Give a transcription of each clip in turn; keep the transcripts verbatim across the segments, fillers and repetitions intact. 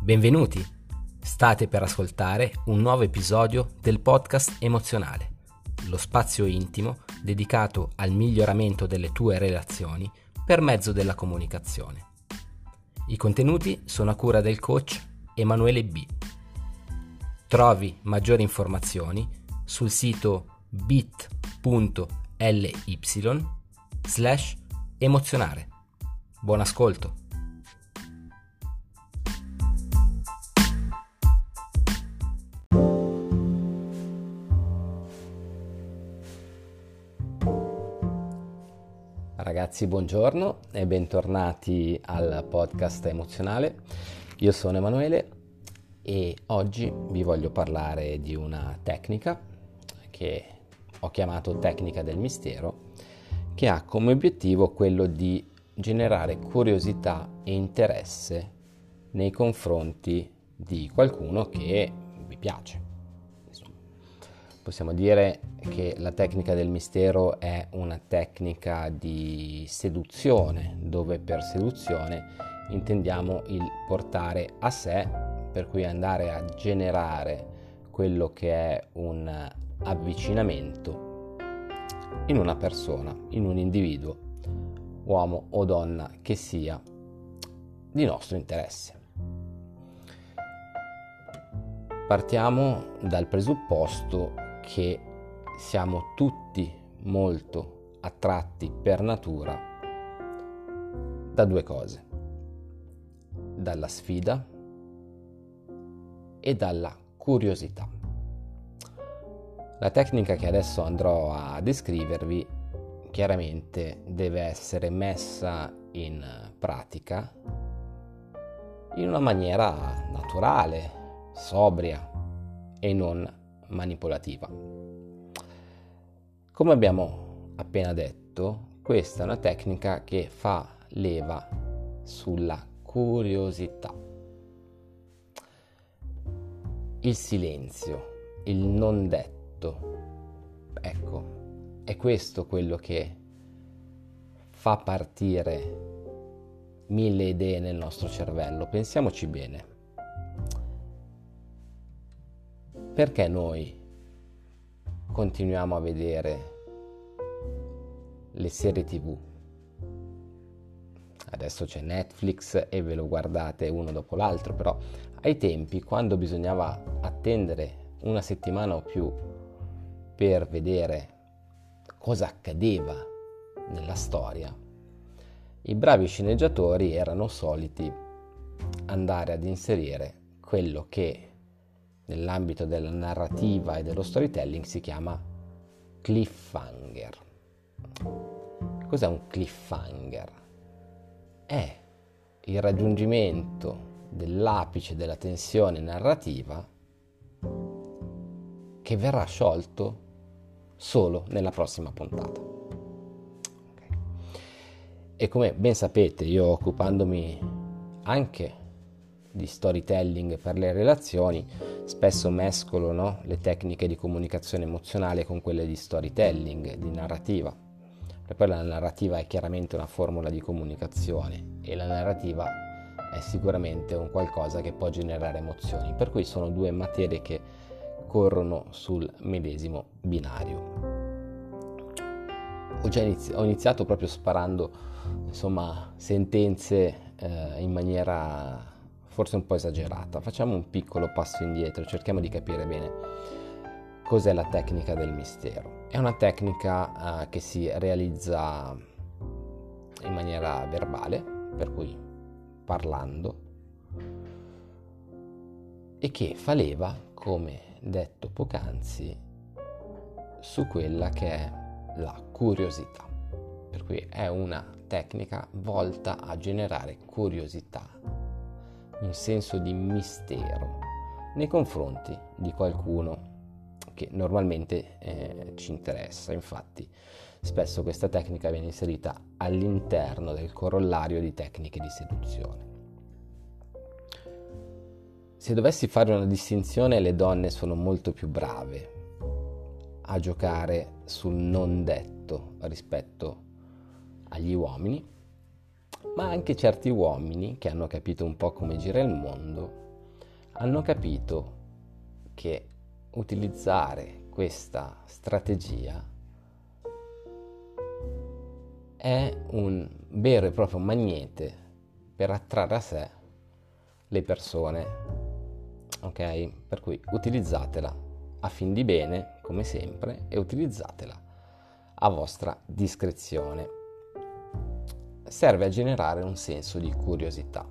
Benvenuti! State per ascoltare un nuovo episodio del podcast Emozionale, lo spazio intimo dedicato al miglioramento delle tue relazioni per mezzo della comunicazione. I contenuti sono a cura del coach Emanuele B. Trovi maggiori informazioni sul sito bit.ly slash emozionare. Buon ascolto! Ragazzi, buongiorno e bentornati al podcast Emozionale. Io sono Emanuele e oggi vi voglio parlare di una tecnica che ho chiamato tecnica del mistero, che ha come obiettivo quello di generare curiosità e interesse nei confronti di qualcuno che vi piace. Possiamo dire che la tecnica del mistero è una tecnica di seduzione, dove per seduzione intendiamo il portare a sé, per cui andare a generare quello che è un avvicinamento in una persona, in un individuo, uomo o donna che sia, di nostro interesse. Partiamo dal presupposto che siamo tutti molto attratti per natura da due cose: dalla sfida e dalla curiosità. La tecnica che adesso andrò a descrivervi chiaramente deve essere messa in pratica in una maniera naturale, sobria e non manipolativa. Come abbiamo appena detto, questa è una tecnica che fa leva sulla curiosità. Il silenzio, il non detto, ecco, è questo quello che fa partire mille idee nel nostro cervello. Pensiamoci bene. Perché noi continuiamo a vedere le serie tivù? Adesso c'è Netflix e ve lo guardate uno dopo l'altro, però ai tempi, quando bisognava attendere una settimana o più per vedere cosa accadeva nella storia, i bravi sceneggiatori erano soliti andare ad inserire quello che nell'ambito della narrativa e dello storytelling si chiama cliffhanger. Cos'è un cliffhanger? È il raggiungimento dell'apice della tensione narrativa che verrà sciolto solo nella prossima puntata. Okay. E come ben sapete, io occupandomi anche di storytelling per le relazioni, spesso mescolo no, le tecniche di comunicazione emozionale con quelle di storytelling, di narrativa. E poi la narrativa è chiaramente una formula di comunicazione e la narrativa è sicuramente un qualcosa che può generare emozioni, per cui sono due materie che corrono sul medesimo binario. Ho già inizi- ho iniziato proprio sparando insomma sentenze eh, in maniera forse un po' esagerata. Facciamo un piccolo passo indietro, cerchiamo di capire bene cos'è la tecnica del mistero. È una tecnica eh, che si realizza in maniera verbale, per cui parlando, e che fa leva, come detto poc'anzi, su quella che è la curiosità. Per cui è una tecnica volta a generare curiosità, un senso di mistero nei confronti di qualcuno che normalmente eh, ci interessa. Infatti spesso questa tecnica viene inserita all'interno del corollario di tecniche di seduzione. Se dovessi fare una distinzione, le donne sono molto più brave a giocare sul non detto rispetto agli uomini, ma anche certi uomini che hanno capito un po' come gira il mondo hanno capito che utilizzare questa strategia è un vero e proprio magnete per attrarre a sé le persone, ok? Per cui utilizzatela a fin di bene, come sempre, e utilizzatela a vostra discrezione. Serve a generare un senso di curiosità.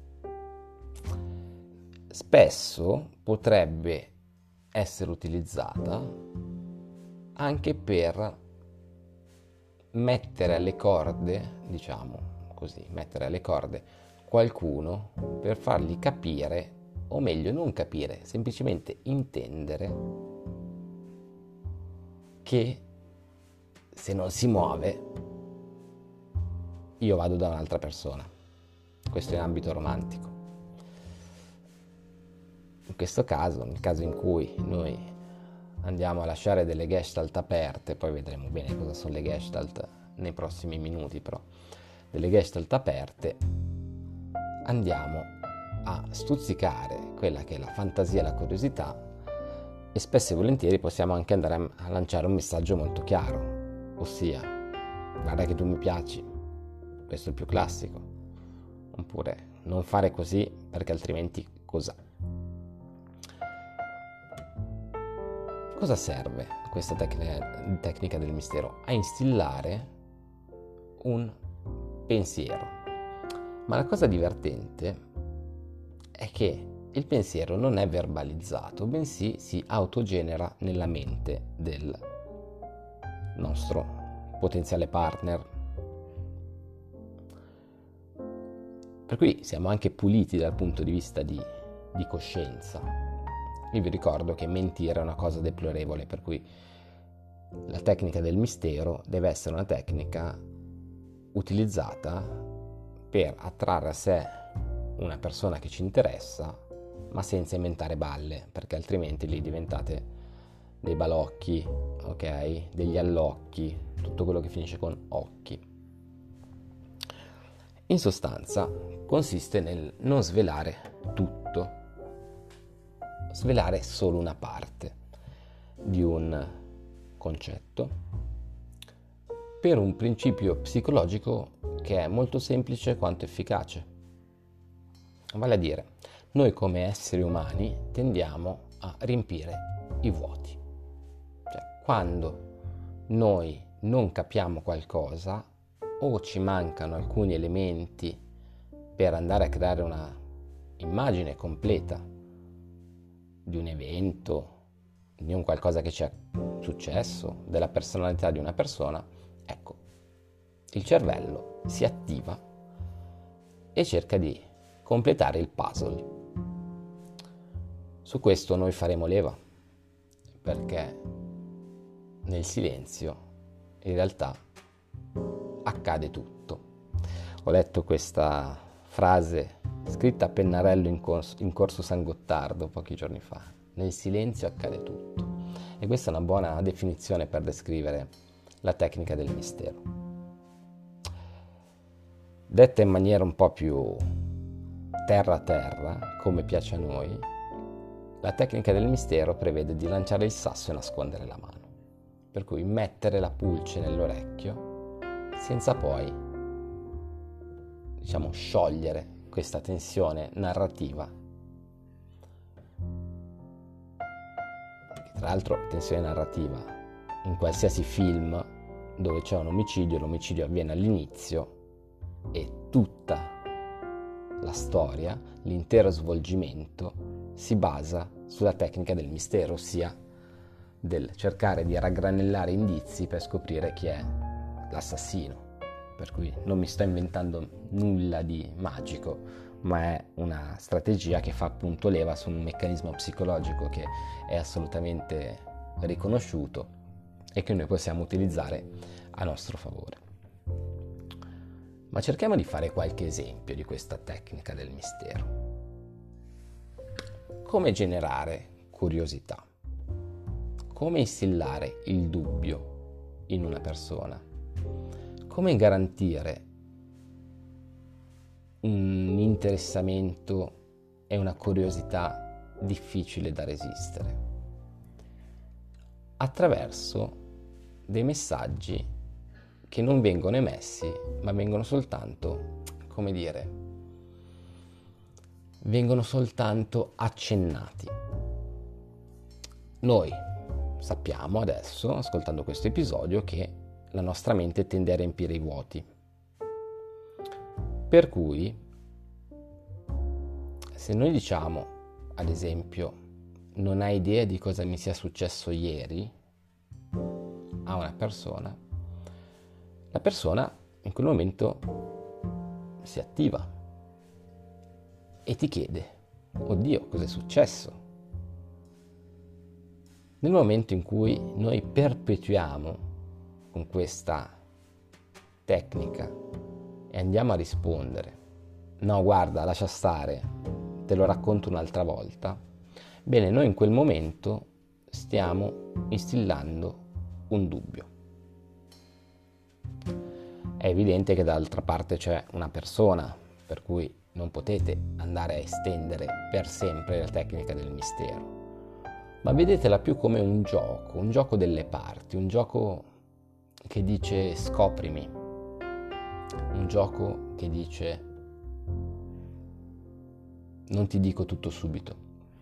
Spesso potrebbe essere utilizzata anche per mettere alle corde, diciamo così, mettere alle corde qualcuno per fargli capire, o meglio non capire, semplicemente intendere che se non si muove io vado da un'altra persona. Questo in ambito romantico. In questo caso, nel caso in cui noi andiamo a lasciare delle gestalt aperte, poi vedremo bene cosa sono le gestalt nei prossimi minuti, però delle gestalt aperte, andiamo a stuzzicare quella che è la fantasia e la curiosità, e spesso e volentieri possiamo anche andare a lanciare un messaggio molto chiaro, ossia: guarda che tu mi piaci, questo è il più classico, oppure non fare così perché altrimenti cos'ha. Cosa serve questa tecnica, tecnica del mistero? A instillare un pensiero. Ma la cosa divertente è che il pensiero non è verbalizzato, bensì si autogenera nella mente del nostro potenziale partner. Per cui siamo anche puliti dal punto di vista di, di coscienza. Io vi ricordo che mentire è una cosa deplorevole, per cui la tecnica del mistero deve essere una tecnica utilizzata per attrarre a sé una persona che ci interessa, ma senza inventare balle, perché altrimenti lì diventate dei balocchi, ok? Degli allocchi, tutto quello che finisce con occhi. In sostanza consiste nel non svelare tutto, svelare solo una parte di un concetto per un principio psicologico che è molto semplice quanto efficace. Vale a dire, noi come esseri umani tendiamo a riempire i vuoti. Cioè, quando noi non capiamo qualcosa o ci mancano alcuni elementi per andare a creare una immagine completa di un evento, di un qualcosa che ci è successo, della personalità di una persona, ecco, il cervello si attiva e cerca di completare il puzzle. Su questo noi faremo leva, perché nel silenzio in realtà accade tutto. Ho letto questa frase scritta a pennarello in corso, in corso San Gottardo pochi giorni fa: nel silenzio accade tutto. E questa è una buona definizione per descrivere la tecnica del mistero. Detta in maniera un po' più terra a terra, come piace a noi, la tecnica del mistero prevede di lanciare il sasso e nascondere la mano, per cui mettere la pulce nell'orecchio senza poi, diciamo, sciogliere questa tensione narrativa. Tra l'altro, tensione narrativa in qualsiasi film dove c'è un omicidio, l'omicidio avviene all'inizio e tutta la storia, l'intero svolgimento si basa sulla tecnica del mistero, ossia del cercare di raggranellare indizi per scoprire chi è l'assassino. Per cui non mi sto inventando nulla di magico, ma è una strategia che fa appunto leva su un meccanismo psicologico che è assolutamente riconosciuto e che noi possiamo utilizzare a nostro favore. Ma cerchiamo di fare qualche esempio di questa tecnica del mistero. Come generare curiosità? Come instillare il dubbio in una persona? Come garantire un interessamento e una curiosità difficile da resistere? Attraverso dei messaggi che non vengono emessi, ma vengono soltanto, come dire, vengono soltanto accennati. Noi sappiamo adesso, ascoltando questo episodio, che la nostra mente tende a riempire i vuoti. Per cui, se noi diciamo, ad esempio, non hai idea di cosa mi sia successo ieri a una persona, la persona in quel momento si attiva e ti chiede, oddio, cos'è successo? Nel momento in cui noi perpetuiamo con questa tecnica e andiamo a rispondere, no guarda, lascia stare, te lo racconto un'altra volta, bene, noi in quel momento stiamo instillando un dubbio. È evidente che dall'altra parte c'è una persona, per cui non potete andare a estendere per sempre la tecnica del mistero, ma vedetela più come un gioco, un gioco delle parti, un gioco che dice scoprimi, un gioco che dice non ti dico tutto subito.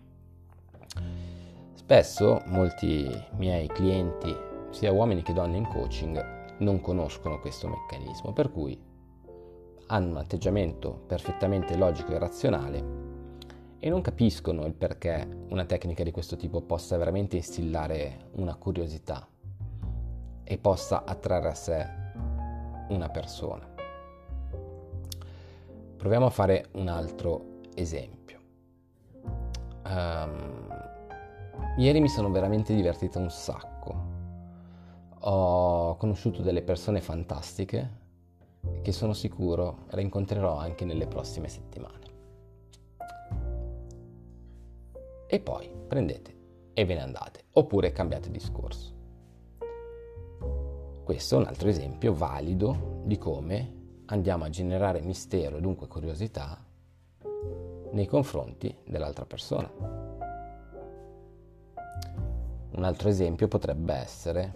Spesso molti miei clienti, sia uomini che donne in coaching, non conoscono questo meccanismo, per cui hanno un atteggiamento perfettamente logico e razionale e non capiscono il perché una tecnica di questo tipo possa veramente instillare una curiosità e possa attrarre a sé una persona. Proviamo a fare un altro esempio. Um, ieri mi sono veramente divertito un sacco. Ho conosciuto delle persone fantastiche che sono sicuro rincontrerò anche nelle prossime settimane. E poi prendete e ve ne andate, oppure cambiate discorso. Questo è un altro esempio valido di come andiamo a generare mistero e dunque curiosità nei confronti dell'altra persona. Un altro esempio potrebbe essere: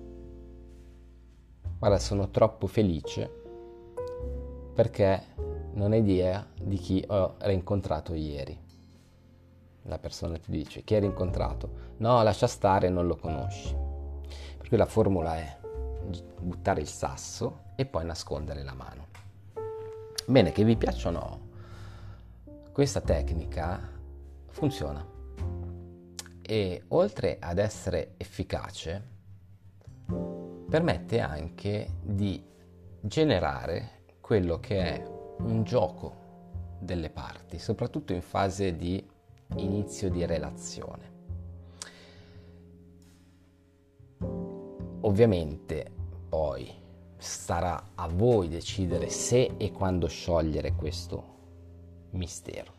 guarda, sono troppo felice perché non hai idea di chi ho rincontrato ieri. La persona ti dice: chi hai rincontrato? No, lascia stare, non lo conosci. Per cui la formula è buttare il sasso e poi nascondere la mano. Bene, che vi piaccia o no, questa tecnica funziona e oltre ad essere efficace permette anche di generare quello che è un gioco delle parti, soprattutto in fase di inizio di relazione. Ovviamente poi sarà a voi decidere se e quando sciogliere questo mistero,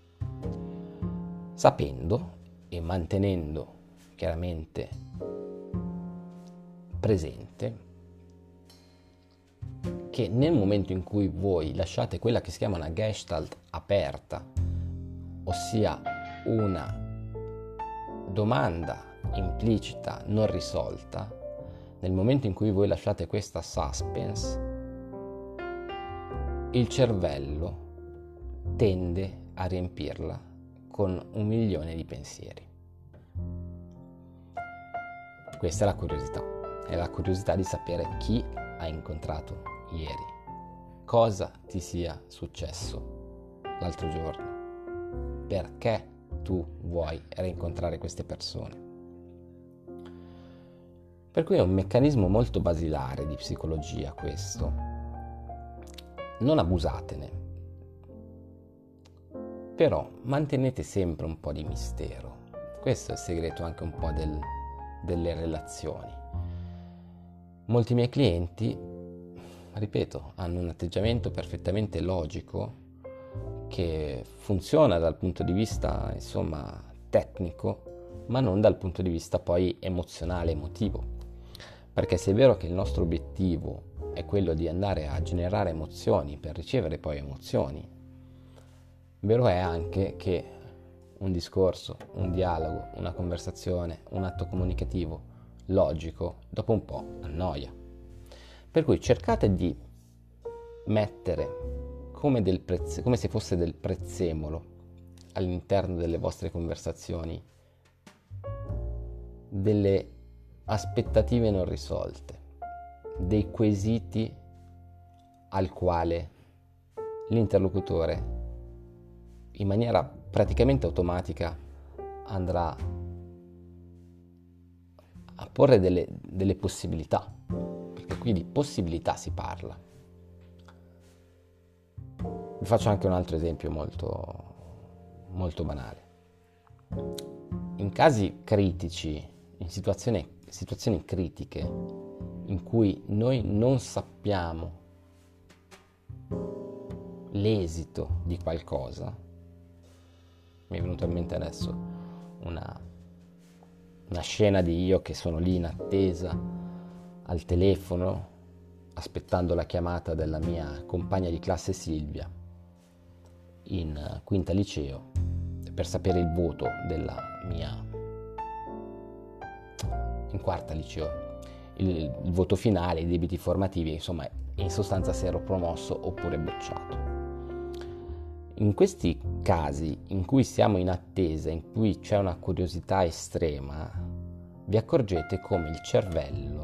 sapendo e mantenendo chiaramente presente che nel momento in cui voi lasciate quella che si chiama una gestalt aperta, ossia una domanda implicita non risolta, nel momento in cui voi lasciate questa suspense, il cervello tende a riempirla con un milione di pensieri. Questa è la curiosità, è la curiosità di sapere chi hai incontrato ieri, cosa ti sia successo l'altro giorno, perché tu vuoi rincontrare queste persone. Per cui è un meccanismo molto basilare di psicologia questo. Non abusatene, però mantenete sempre un po' di mistero. Questo è il segreto anche un po' del, delle relazioni. Molti miei clienti, ripeto, hanno un atteggiamento perfettamente logico che funziona dal punto di vista, insomma, tecnico, ma non dal punto di vista poi emozionale, emotivo. Perché se è vero che il nostro obiettivo è quello di andare a generare emozioni per ricevere poi emozioni, vero è anche che un discorso, un dialogo, una conversazione, un atto comunicativo logico, dopo un po' annoia. Per cui cercate di mettere come, del prezze- come se fosse del prezzemolo all'interno delle vostre conversazioni delle aspettative non risolte, dei quesiti al quale l'interlocutore in maniera praticamente automatica andrà a porre delle, delle possibilità, perché qui di possibilità si parla. Vi faccio anche un altro esempio molto, molto banale. In casi critici, in situazioni, situazioni critiche, in cui noi non sappiamo l'esito di qualcosa, mi è venuto in mente adesso una, una scena di io che sono lì in attesa al telefono aspettando la chiamata della mia compagna di classe Silvia in quinta liceo per sapere il voto della mia in quarta liceo, il, il voto finale, i debiti formativi, insomma in sostanza se ero promosso oppure bocciato. In questi casi in cui siamo in attesa, in cui c'è una curiosità estrema, vi accorgete come il cervello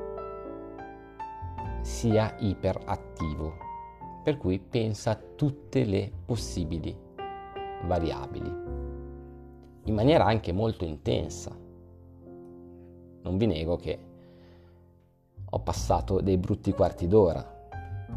sia iperattivo, per cui pensa a tutte le possibili variabili, in maniera anche molto intensa. Non vi nego che ho passato dei brutti quarti d'ora,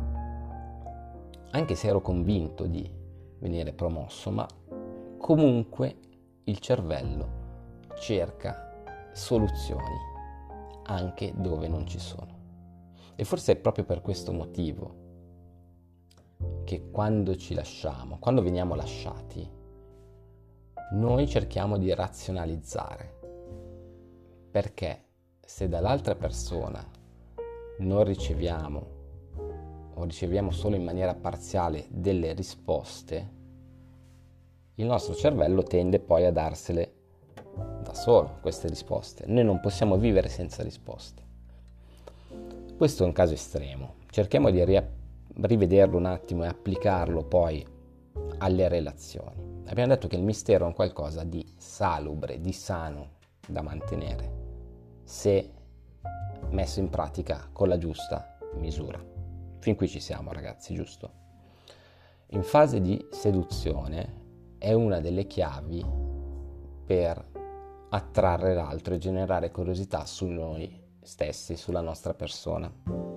anche se ero convinto di venire promosso, ma comunque il cervello cerca soluzioni anche dove non ci sono. E forse è proprio per questo motivo che quando ci lasciamo, quando veniamo lasciati, noi cerchiamo di razionalizzare, perché se dall'altra persona non riceviamo o riceviamo solo in maniera parziale delle risposte, il nostro cervello tende poi a darsele da solo queste risposte. Noi non possiamo vivere senza risposte. Questo è un caso estremo. Cerchiamo di ri- rivederlo un attimo e applicarlo poi alle relazioni. Abbiamo detto che il mistero è un qualcosa di salubre, di sano da mantenere, se messo in pratica con la giusta misura. Fin qui ci siamo, ragazzi, giusto? In fase di seduzione è una delle chiavi per attrarre l'altro e generare curiosità su noi stessi, sulla nostra persona.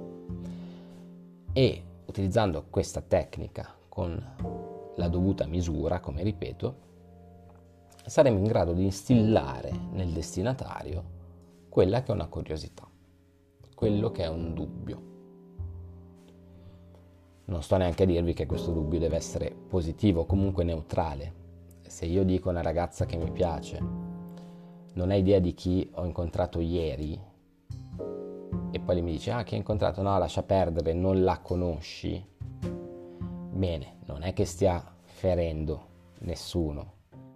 E utilizzando questa tecnica con la dovuta misura, come ripeto, saremo in grado di instillare nel destinatario quella che è una curiosità, quello che è un dubbio. Non sto neanche a dirvi che questo dubbio deve essere positivo, comunque neutrale. Se io dico a una ragazza che mi piace, non hai idea di chi ho incontrato ieri, e poi lei mi dice, ah, chi hai incontrato? No, lascia perdere, non la conosci. Bene, non è che stia ferendo nessuno,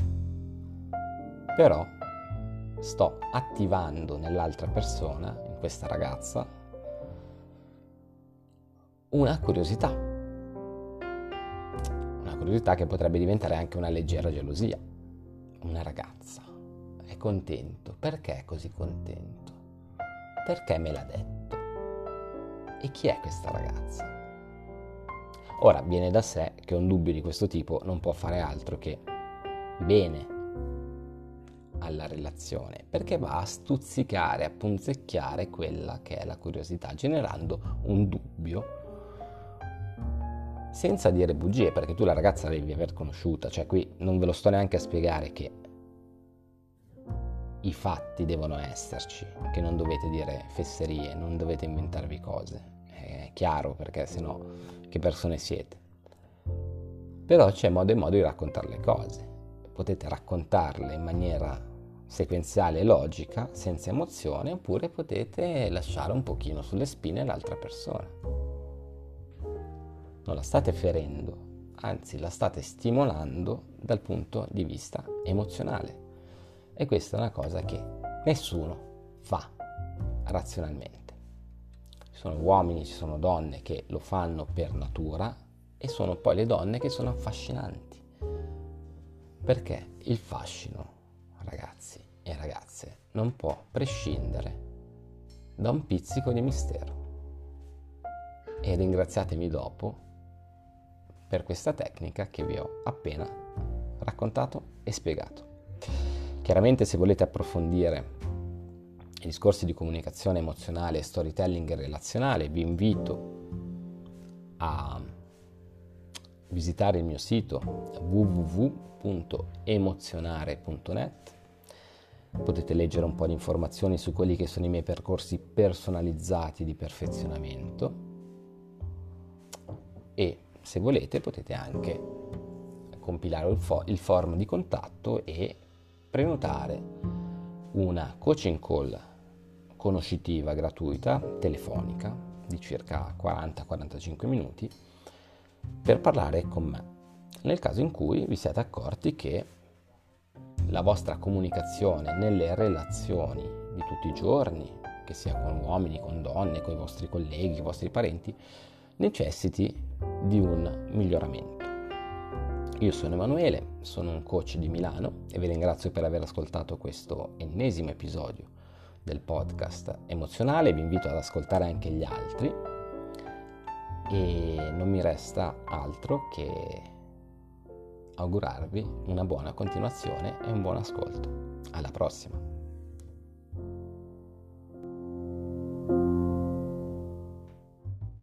però sto attivando nell'altra persona, in questa ragazza, una curiosità. Una curiosità che potrebbe diventare anche una leggera gelosia. Una ragazza è contento. Perché è così contento? Perché me l'ha detto? E chi è questa ragazza? Ora, viene da sé che un dubbio di questo tipo non può fare altro che bene alla relazione, perché va a stuzzicare, a punzecchiare quella che è la curiosità, generando un dubbio senza dire bugie, perché tu la ragazza la devi aver conosciuta, cioè qui non ve lo sto neanche a spiegare che i fatti devono esserci, che non dovete dire fesserie, non dovete inventarvi cose, è chiaro, perché sennò che persone siete. Però c'è modo e modo di raccontare le cose, potete raccontarle in maniera sequenziale e logica, senza emozione, oppure potete lasciare un pochino sulle spine l'altra persona. Non la state ferendo, anzi la state stimolando dal punto di vista emozionale. E questa è una cosa che nessuno fa razionalmente. Ci sono uomini, ci sono donne che lo fanno per natura e sono poi le donne che sono affascinanti. Perché il fascino, ragazzi e ragazze, non può prescindere da un pizzico di mistero. E ringraziatemi dopo per questa tecnica che vi ho appena raccontato e spiegato. Chiaramente, se volete approfondire i discorsi di comunicazione emozionale, storytelling relazionale, vi invito a visitare il mio sito w w w punto emozionare punto net. Potete leggere un po' di informazioni su quelli che sono i miei percorsi personalizzati di perfezionamento e, se volete, potete anche compilare il, fo- il form di contatto e prenotare una coaching call conoscitiva gratuita telefonica di circa quaranta quarantacinque minuti per parlare con me, nel caso in cui vi siate accorti che la vostra comunicazione nelle relazioni di tutti i giorni, che sia con uomini, con donne, con i vostri colleghi, con i vostri parenti, necessiti di un miglioramento. Io sono Emanuele, sono un coach di Milano e vi ringrazio per aver ascoltato questo ennesimo episodio del podcast emozionale. Vi invito ad ascoltare anche gli altri e non mi resta altro che augurarvi una buona continuazione e un buon ascolto. Alla prossima!